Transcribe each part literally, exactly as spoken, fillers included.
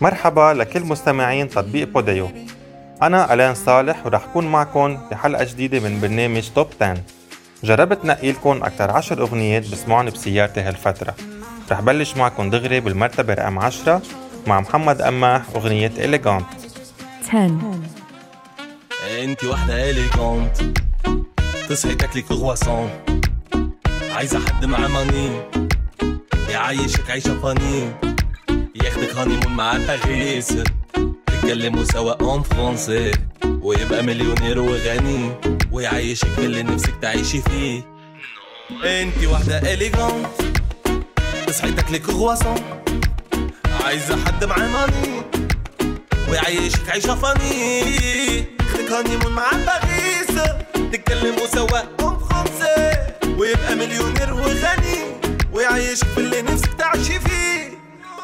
مرحبا لكل مستمعين تطبيق بوديو. أنا ألان صالح ورح كون معكم بحلقة جديدة من برنامج توب عشرة. جربت نقي لكم أكتر عشر أغنيات بسمعون بسيارتي هالفترة. رح بلش معكم دغري بالمرتبة رقم عشرة مع محمد قماح أغنية إليغانت. عشرة. انتي واحدة إليغانت، تصحي تاكلي كرواسون، عايزة حد معاه ماني يعيشك عيشة فاني، ياخدك هانيمون مع باريس، تتكلموا سوا اون فرونسي، ويبقى مليونير وغني ويعيشك في اللي نفسك تعيشي فيه. انتي واحدة إليغانت، تصحي تاكلي كرواسون، عايزة حد معاه ماني ويعيشك عيشة فاني، ياخدك هانيمون مع باريس، تتكلموا سوا اون فرونسي، ويبقى مليونير وغني ويعيشك في اللي نفسك تعيشي فيه.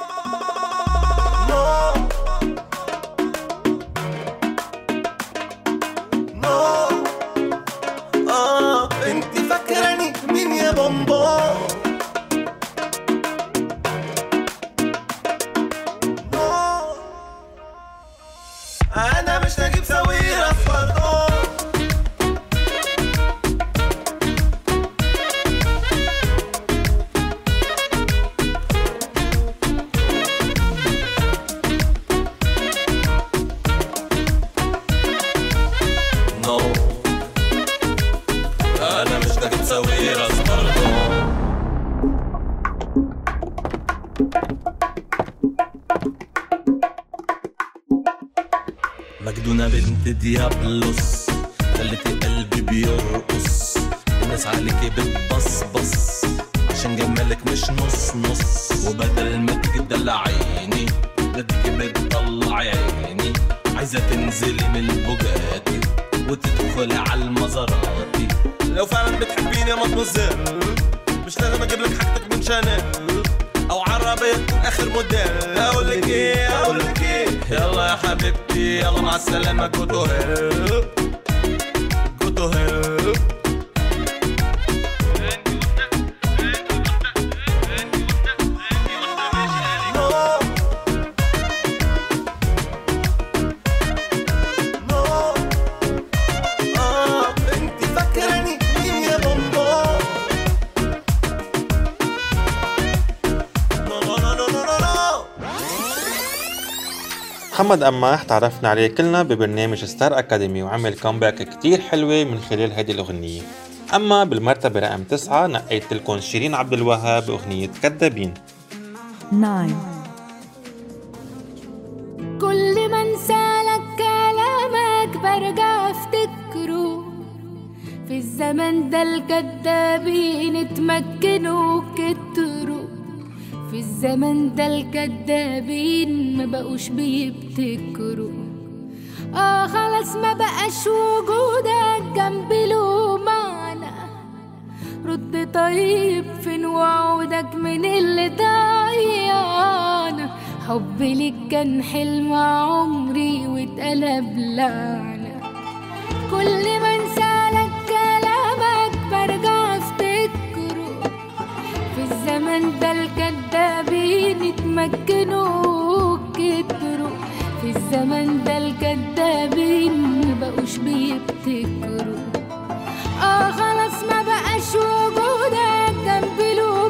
نو نو اه انتي فاكراني مين يا بومبو؟ نو انا مش نجيب سويرة اصفر. مجدونة بنت ديابلوس، خلتي قلبي بيرقص، الناس عليكي بتبصبص عشان جمالك مش نص نص، وبدل ما تيجي تدلعيني بدك بتطلع عيني، عايزة تنزلي من البوجاتي وتدخلي على المزاراتي. لو فعلا بتحبيني يا مطمزل مش لازم اجيب لك حاجتك من شانيل او عربية اخر موديل. اقولك ايه اقولك ايه يلا يا حبيبتي يلا مع السلامة، كوتو هيل كوتو هيل. محمد قماح تعرفنا عليه كلنا ببرنامج ستار أكاديمي، وعمل كومباك كتير حلوة من خلال هذه الأغنية. أما بالمرتبة رقم تسعة نقيت لكم شيرين عبد الوهاب بأغنية كدابين. تسعة. كل ما انسالك كلامك برجع افتكره، في الزمن ده الكدابين اتمكنوا كتروا، في الزمن ده الكدابين ما بقوش بيبتكروا. اه خلاص ما بقاش وجودك جنبي له معنى، رد طيب فين وعودك من اللي ضيعنا، حبي ليك كان حلم عمري واتقلب لعنة. كل ما انسالك كلامك برجع افتكره، في الزمن ده الكدابين اتمكنوا كتروا، في الزمن ده الكدابين مبقوش بيبتكروا. اه خلاص ما بقاش وجودك جنبي له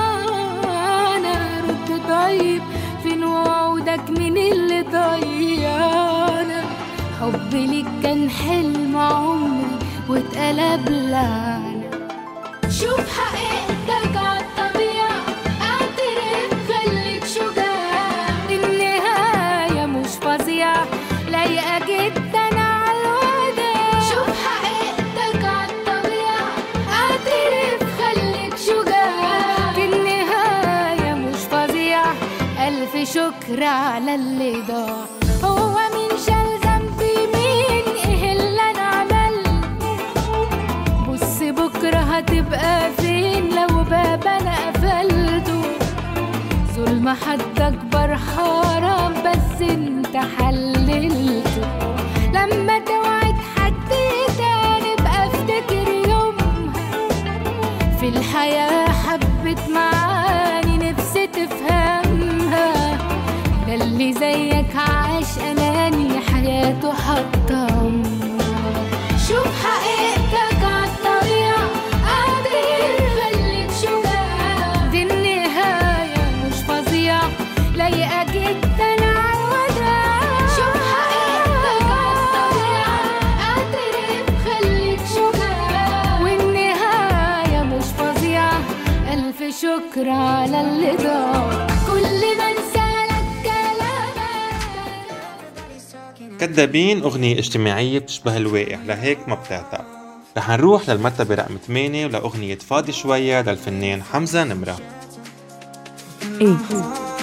معنى، رد طيب فين وعودك من اللي ضيعنا، حبي ليك كان حلم عمري واتقلب لعنة. شوف حقيقتك عالطبيعة، اعترف خليك شجاع، النهاية مش فظيعة لايقة جدا عالوداع. شوف حقيقتك عالطبيعة، اعترف خليك شجاع، النهاية مش فظيعة، ألف شكر على اللي ضاع. هو مين شال ذنبي مين ايه اللي انا عملته، بص بكرة هتبقى فين لو باب انا قفلته، ظلم حد اكبر حرام بس انت حللته، لما توعد حد تاني بقى افتكر يومها، في الحياة حبت معاني نفسي تفهمها، ده اللي اللي زيك عاش أناني حياته حطم. شوف حقيقتك عالطبيعة قادر يخليك شجاع، دي النهاية مش فظيعة لايقة جدا عالوداع. شوف حقيقتك عالطبيعة قادر يخليك شجاع، والنهاية مش فظيعة. ألف شكر على اللي ضاع، كل ما انسالك كلامك. كدابين أغنية اجتماعية بتشبه الواقع لهيك ما بتعتق. رح نروح للمرتبة رقم ثمانية ولأغنية فاضي شوية للفنان حمزة نمرة. eight,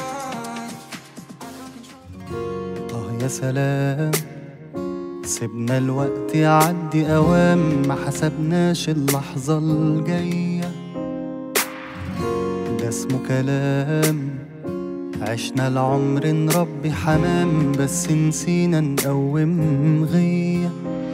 آه يا سلام، سيبنا الوقت يعدي أوام، ما حسبناش اللحظة الجاية. ده اسمه كلام، عشنا العمر نربي حمام، بس نسينا نقوم غية.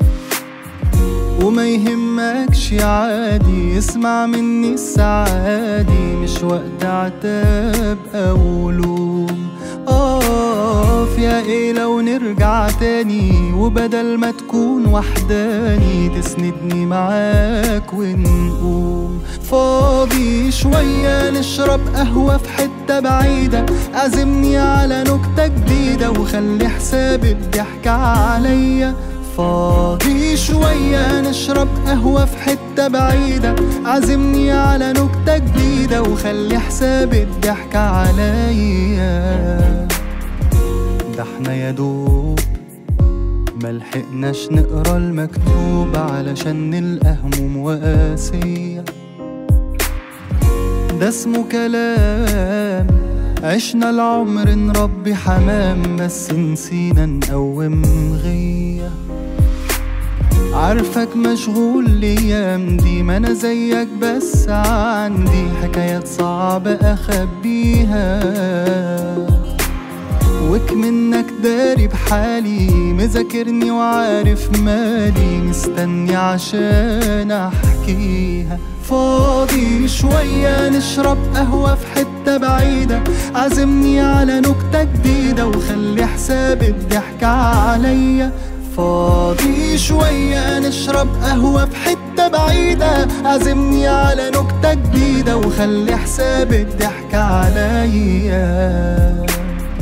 وما يهمكش عادي، اسمع مني السعادي، مش وقت عتاب أو لوم. آه يا ايه لو نرجع تاني، وبدل ما تكون وحداني تسندني معاك ونقوم. فاضي شوية نشرب قهوة في حتة بعيدة، عزمني على نكتة جديدة وخلي حساب الضحك عليا. فاضي شوية نشرب قهوة في حتة بعيدة، عزمني على نكتة جديدة وخلي حساب الضحك عليا. ده احنا يا دوب ملحقناش نقرا المكتوب علشان نلقى هموم وقاسية. ده اسمه كلام، عشنا العمر نربي حمام، بس نسينا نقوم غية. عارفك مشغول ليام دي، ما انا زيك بس عندي حكايات صعبة اخبيها. وك منك داري بحالي، مذاكرني وعارف مالي، مستني عشان احكيها. فاضي شوية نشرب قهوة في حتة بعيدة، عزمني على نكتة جديدة وخلي حساب الضحك عليا. فاضي شوية نشرب قهوة في حتة بعيدة، عزمني على نكتة جديدة وخلي حساب الضحك عليا.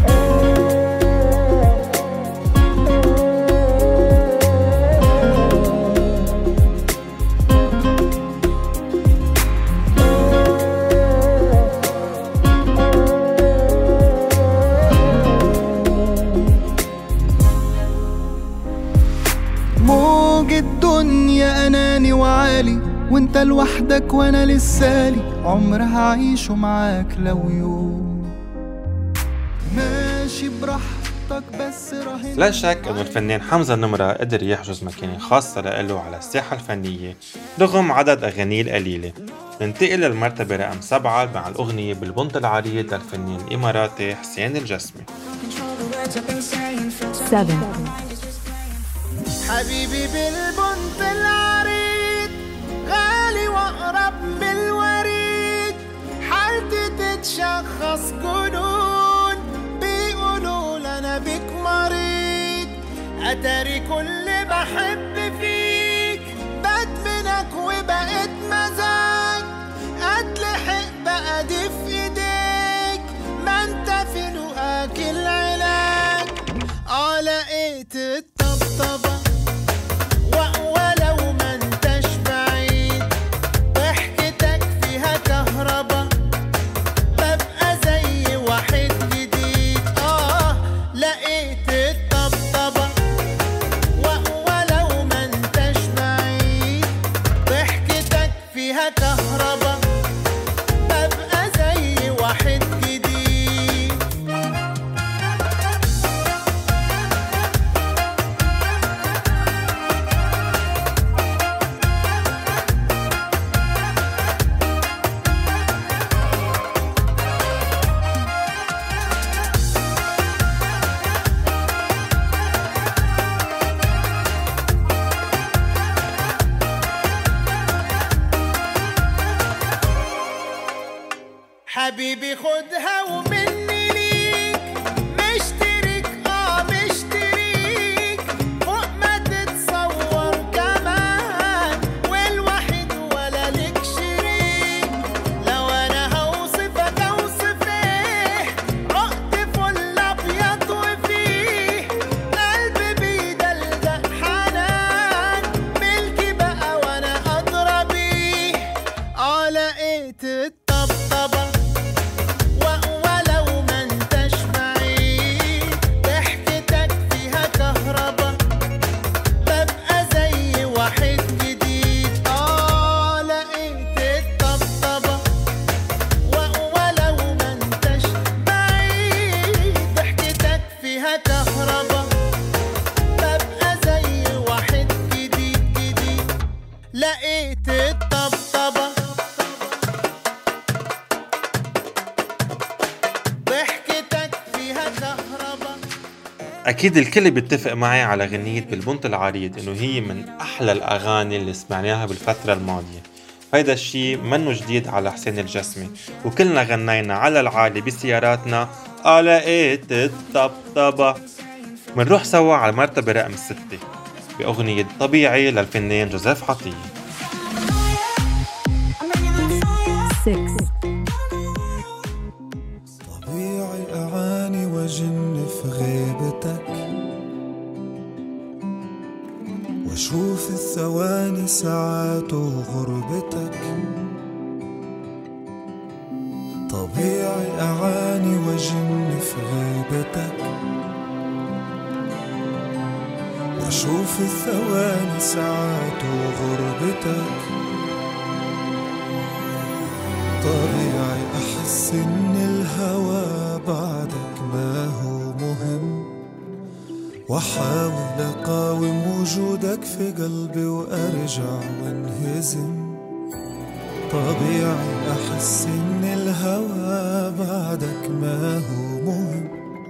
موج الدنيا أناني وعالي، وانت لوحدك وانا لسالي، عمر هعيشه معاك لو يوم. ماشي براحتك بس راهن. لا شك انه الفنان حمزة نمرة قدر يحجز مكانة خاصة له على الساحة الفنية رغم عدد أغانيه القليلة. ننتقل للمرتبة رقم سبعة مع الأغنية بالبنط العريض للفنان الإماراتي حسين الجسمي. seven, حبيبي بالبنط العريض، غالي واقرب بالوريد، حالتي تتشخص جنون، بيقولوا لنا بيك مريض. اتاري كل بحب فيك، بدمنك وبقيت مزاج، اتلحق بقى دي في ايديك، ما انت في لقاك العلاج. اه لقيت الطبطبة ولو ما انتش بعيد، ضحكتك فيها كهربا، ببقى زي واحد جديد. اه لقيت الطبطبة ولو ما انتش بعيد، ضحكتك فيها كهربا، ببقى زي واحد جديد. حبيبي خدها ومني ليك، مشتري أكيد الكل بيتفق معي على غنية بالبنط العريض إنه هي من أحلى الأغاني اللي سمعناها بالفترة الماضية. هيدا الشي منه جديد على حسين الجسمي، وكلنا غنينا على العالي بسياراتنا على إيه الطبطبة. منروح سوا على المرتبة رقم ستة بأغنية طبيعي للفنان جوزيف عطية. six. طبيعي أعاني وجن في غيبتك، واشوف الثواني ساعات وغربتك. طبيعي أعاني وجن في غيبتك، واشوف الثواني ساعات وغربتك. طبيعي أحس إن الهوى بعدك ما هو مهم، وأحاول أقاوم وجودك في قلبي وأرجع وانهزم. طبيعي أحس إن الهوى بعدك ما هو مهم،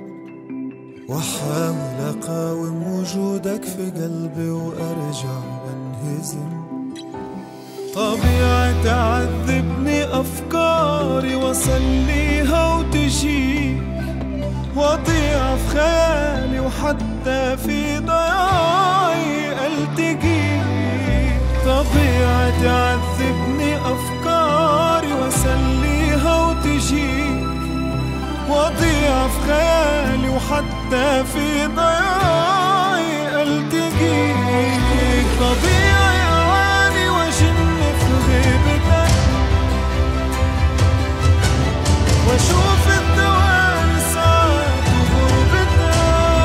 وأحاول أقاوم وجودك في قلبي وأرجع وانهزم. طبيعي تعذبني أفكاري وصليها وتجيك، وأضيع في خيالي وحتى في ضياعي ألتقيك. طبيعي تعذبني أفكاري وصليها وتجيك، وأضيع في خيالي وحتى في ضياعي ألتقيك. طبيعي أعاني وجن في غيبتك، واشوف الثواني ساعات وغربتك.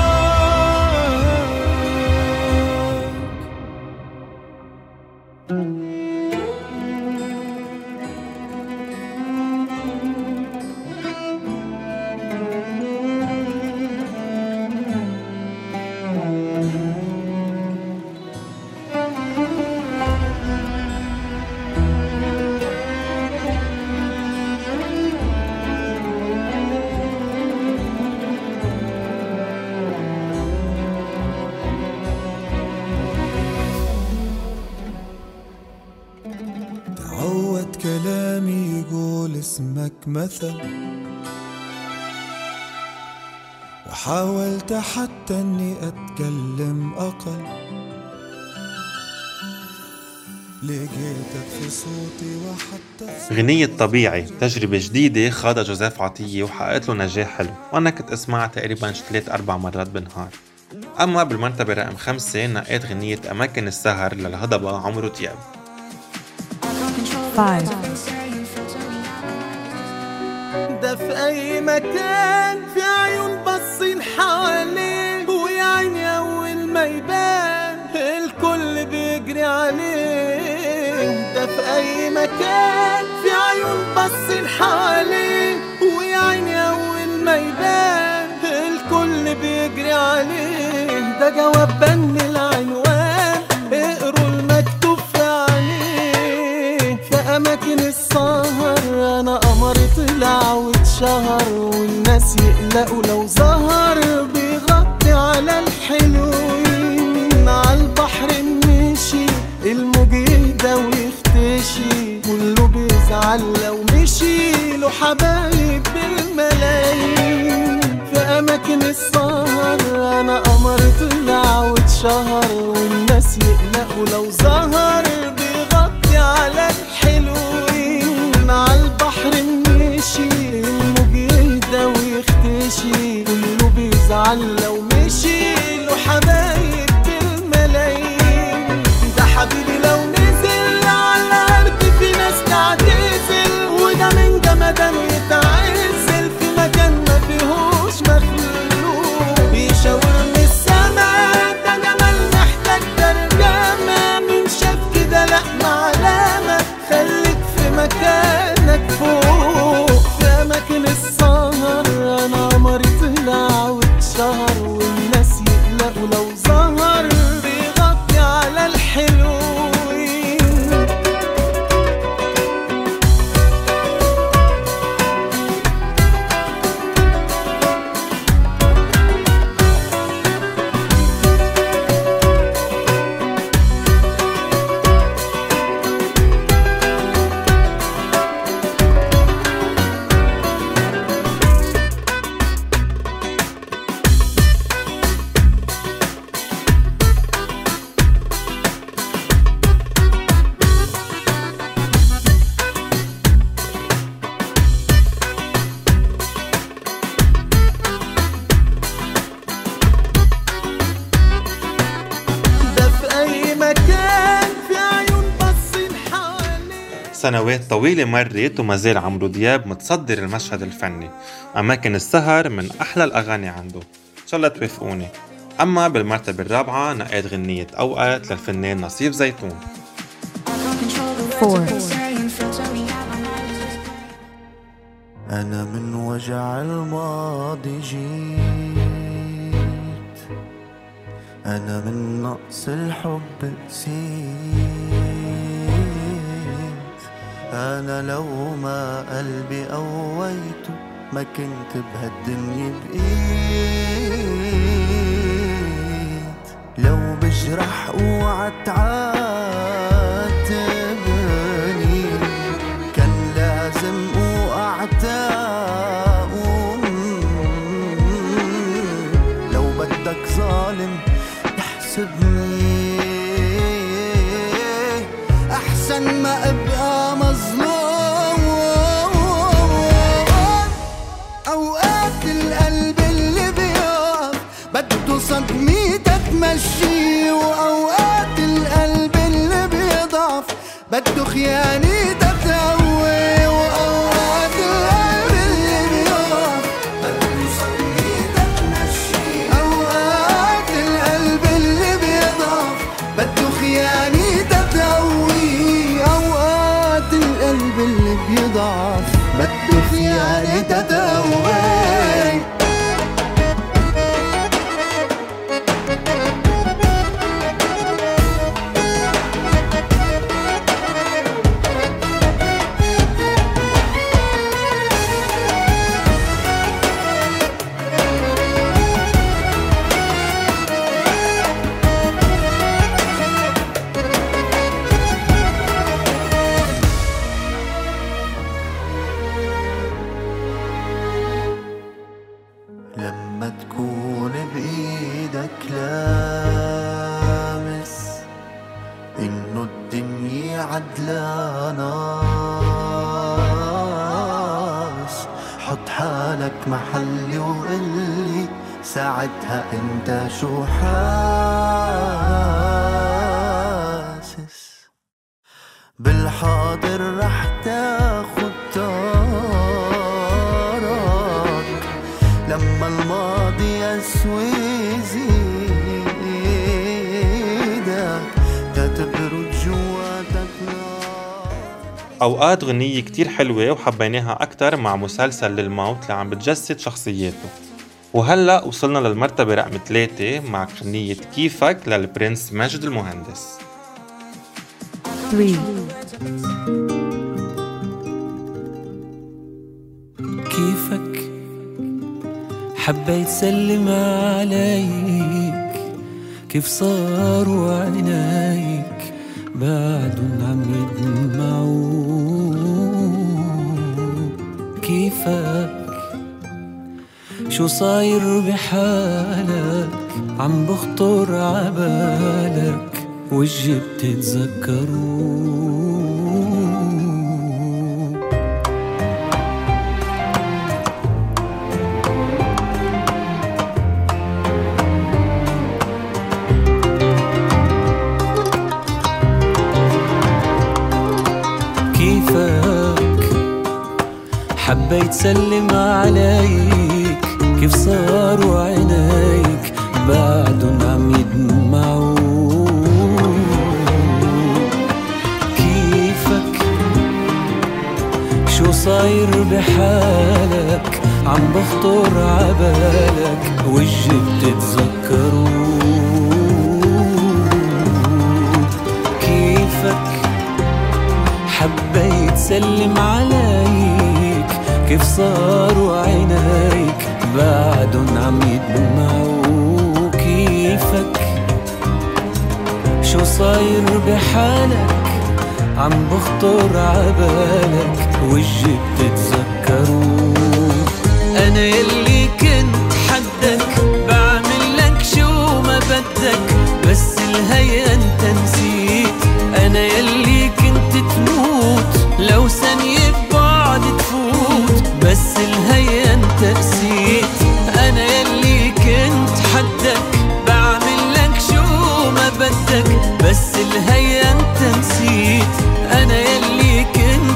تعود كلامي يقول اسمك مثل، وحاولت حتى اني اتكلم اقل. لقيتك في صوتي وحتى غنية طبيعي تجربة جديدة خاضها جوزيف عطية وحققت له نجاح حلو، وأنا كنت أسمعها تقريبا ثلاث أربع مرات بالنهار. أما بالمرتبة رقم خمسة نقيت غنية أماكن السهر للهضبة عمرو دياب. five. ده في أي مكان في عيون باصين حواليه، ويا عيني أول ما يبان الكل بيجري عليه. ده في أي مكان في عيون باصين حواليه، ويا عيني أول ما يبان الكل بيجري عليه. ده جواب بن العنوان، اقروا المكتوب في عليه. في أماكن السهر أنا قمر طلع واتشهر، والناس يقلقوا لو ظهر. بيغطي على الحلوين، عالبحر مشي الموج يهدى ويختشي. كله بيزعل لو مشي له حبايب بالملايين. في أماكن السهر أنا قمر طلع واتشهر، والناس يقلقوا لو ظهر. بيغطي على الحلوين، عالبحر مشي الموج يهدى ويختشي. كله بيزعل لو مشي له حبايب بالملايين. ده حبيبي لو نزل على الأرض في ناس تعتزل، وده من جمدان يتعزل في مكان ما فيهوش مخلوق. بيشاور من السما ده جمال محتاج ترجمة، من شاف كده لأ معلمة. خليك في مكانك فوق. في أماكن السهر أنا قمر طلع واتشهر، سنوات طويلة مرت وما زال عمرو دياب متصدر المشهد الفني. أماكن السهر من أحلى الأغاني عنده، إن شاء الله توافقوني. أما بالمرتبة الرابعة نقيت غنية أوقات للفنان نصيف زيتون. four, أنا من وجع الماضي جيت، أنا من نقص الحب قسيت، أنا لو ما قلبي قويته ما كنت بهالدنيا بقيت. لو بجرح اوعى تعاتبني، كان لازم اوقع تقوم. لو بدك ظالم احسبني، احسن ما ابقى مظلوم. اوقات القلب اللي بيقف بده صدميتك تمشي، واوقات القلب اللي بيضعف بده خيانتك تقوي، واوقات القلب اللي بيقف بده صدميتك تمشي، اوقات القلب اللي بيضعف بده خيانتك تقوي، اوقات القلب اللي بيضعف بده خيانتك تقوي. لما تكون بإيدك لامس إنه الدنيا عدلاناس، حط حالك محلي وقلي ساعتها انت شو حاسس. بالحاضر رح تاخد طارك لما الماضي يسوي زيدك تتبرد جواتك نار. أوقات غنية كتير حلوة وحبيناها أكتر مع مسلسل للموت اللي عم بتجسد شخصياته. وهلأ وصلنا للمرتبة رقم ثلاثة مع غنية كيفك للبرنس ماجد المهندس. three, كيفك حبيت سلم عليك، كيف صاروا عينيك بعدن عم يدمعوا. كيفك شو صاير بحالك عم بخطر عبالك وجي بتتذكروا. حبيت سلم عليك، كيف صاروا عينيك بعدن عم يدمعوا. كيفك شو صاير بحالك عم بخطر عبالك وجي بتتذكروا. كيفك حبيت سلم عليك، كيف صاروا عينيك بعدن عم يدمعوا. كيفك شو صاير بحالك عم بخطر عبالك وجي بتتذكروا. أنا يلي كنت حدك بعمل لك شو ما بدك، بس الهيا انت نسيت. أنا يلي كنت تموت لو ثانية بعد تفوت، بس الهيا انت نسيت. أنا يلي كنت حدك بعمل لك شو ما بدك، بس الهيا انت نسيت. أنا يلي كنت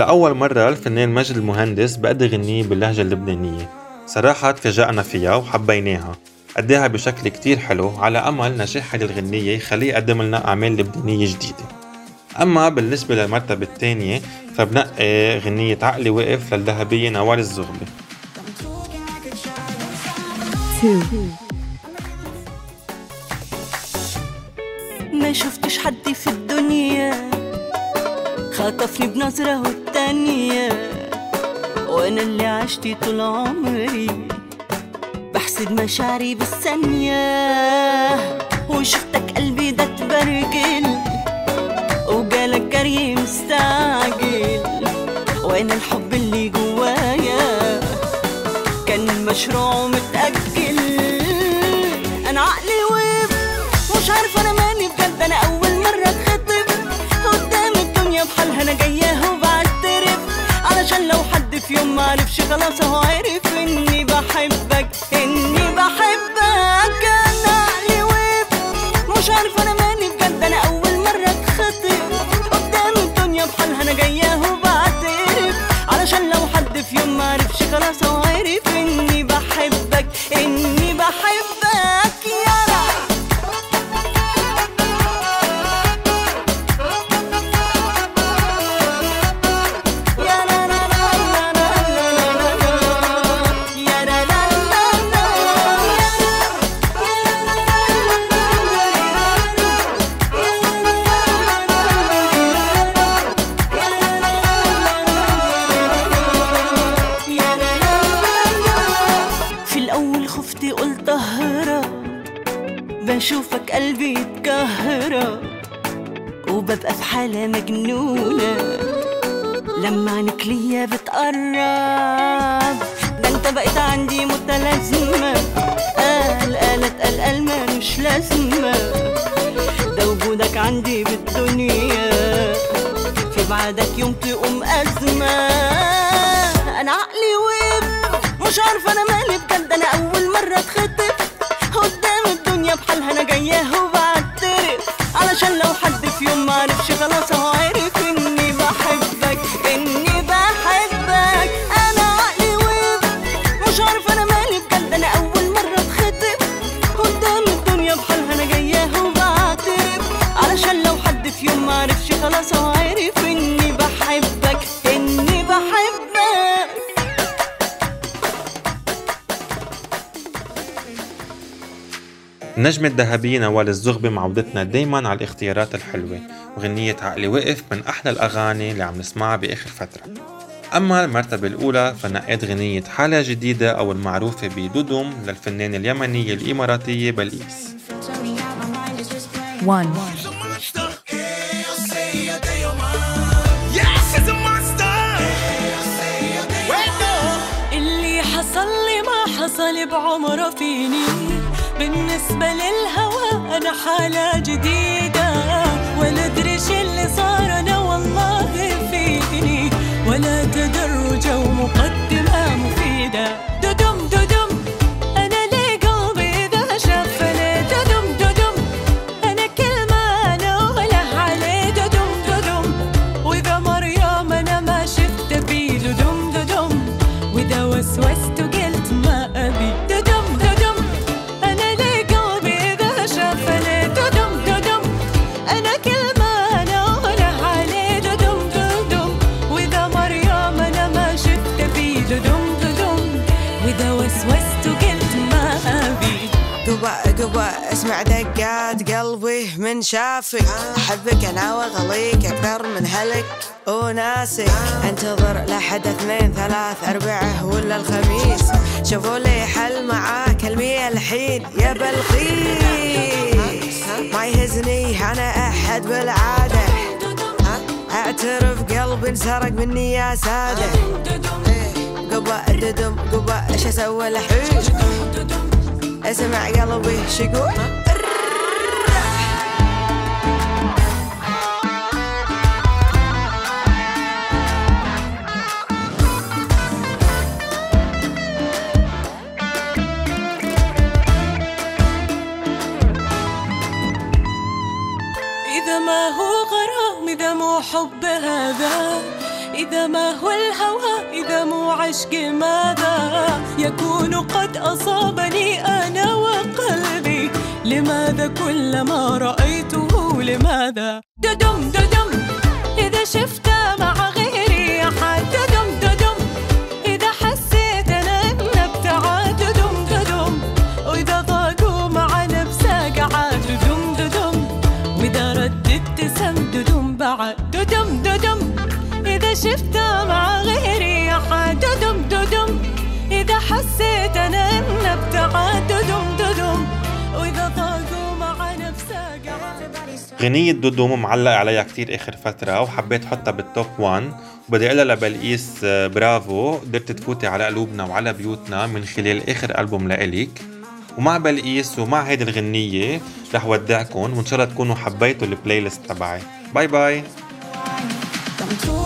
ولأول مرة الفنان مجد المهندس بأدي غنية باللهجة اللبنانية. صراحة تفاجأنا فيها وحبيناها، أداها بشكل كتير حلو، على أمل نجاح هذه الغنية يخليه يقدم لنا أعمال لبنانية جديدة. أما بالنسبة للمرتبة الثانية فبنقي غنية عقلي وقف للذهبية نوال الزغبي. ما شفتش حد في الدنيا خطفني بنظرة والتانية، وانا اللي عشتي طول عمري بحسد مشاعري بالثانية، وشفتك قلبي ده تبرجل وجالك جري مستعجل، وانا الحب اللي جوايا كان مشروع ومتأجل. انا عقلي وقف مش عارفة انا مالي بجد، انا اول مرة اتخطب قدام الدنيا بحالها، انا جاياه وبعترف علشان لو حد في يوم معرفش خلاص هو عارف اني بحبك اني بحبك. انا عقلي وقف مش عارفة انا مالي بجد، انا اول مرة اتخطب قدام الدنيا بحالها، انا جاياه وبعترف علشان لو حد في يوم معرفش خلاص هو عارف اني بحبك اني بحبك. يا بشوفك قلبي يتكهرة وببقى في حالة مجنونة لما عنك ليا بتقرب، ده انت بقيت عندي متلازمة، قال قالت قال قال مالوش لازمة، ده وجودك عندي بالدنيا في بعدك يوم تقوم أزمة. أنا عقلي وقف مش عارفة أنا مالي بجد، أنا أول مرة اتخطب قدام الدنيا بحالها، انا جاياه وبعترف علشان لو حد في يوم معرفش خلاص هو عارف اني بحبك اني بحبك. انا عقلي وقف مش عارفه انا مالي بجد، انا اول مره اتخطب قدام الدنيا بحالها، انا جاياه وبعترف علشان لو حد في يوم معرفش خلاص هو عارف اني بحبك اني بحبك. النجمة الذهبية نوال الزغبي معودتنا دايما على الاختيارات الحلوة، وغنية عقلي وقف من أحلى الأغاني اللي عم نسمعها بآخر فترة. أما المرتبة الأولى فنقيت غنية حالة جديدة أو المعروفة بدودوم للفنانة اليمنية الإماراتية بلقيس. One. اللي حصل لي ما حصل بعمره فيني، بالنسبة للهوى أنا حالة جديدة، ولا أدري شي اللي صار أنا والله فيني، ولا تدرج ومقدمة مفيدة. ددم ددم أنا لي قلبي إذا شافني، ددم ددم أنا كل ما نوله عليه، ددم ددم وإذا مر يوم أنا ما شفت فيه، ددم ددم وإذا وسوست وقلت ما أبي، ددم ددم أنا لي قلبي إذا شافني، ددم ددم أنا كل ما نوله عليه، ددم ددم وإذا مر يوم أنا ما شفت فيه، ددم ددم وإذا وسوست وقلت ما أبي. قبا قبا اسمع دقات قلبي من شافك، أحبك أنا وأغليك أكثر من هلك وناسك، انتظر لحد اثنين ثلاث أربعة ولا الخميس، شوفوا لي حل معاك المية الحين يا بلقيس. ما يهزني أنا أحد بالعادة، أعترف قلبي انسرق مني يا سادة، قبا ددم قبا ايش اسوي الحين، اسمع قلبي شقول. إذا ما هو غرام إذا مو حب هذا إذا ما هو الهوى إذا مو عشق ماذا يكون قد أصابني أنا وقلبي لماذا كلما رأيته لماذا ددم ددم إذا شفت مع غيري أحد ددم ددم إذا حسيت أنا إن ابتعاد ددم ددم وإذا ضاقوا مع نفسك عاد ددم ددم وإذا رددت سم ددم بعد ددم ددم إذا شفت مع غيري أحد ددم ددم إذا حسيت أنا إن ابتعاد ددم ددم وإذا ضاقوا مع نفسك غنية دودوم معلق عليها كتير آخر فترة وحبيت حطها بالتوب وان وبدي أقولها لبلقيس برافو قدرت تفوتي على قلوبنا وعلى بيوتنا من خلال آخر ألبوم لإليك. ومع بلقيس ومع هيدي الغنية رح ودعكم وإن شاء الله تكونوا حبيتوا البلاي ليست تبعي. باي باي.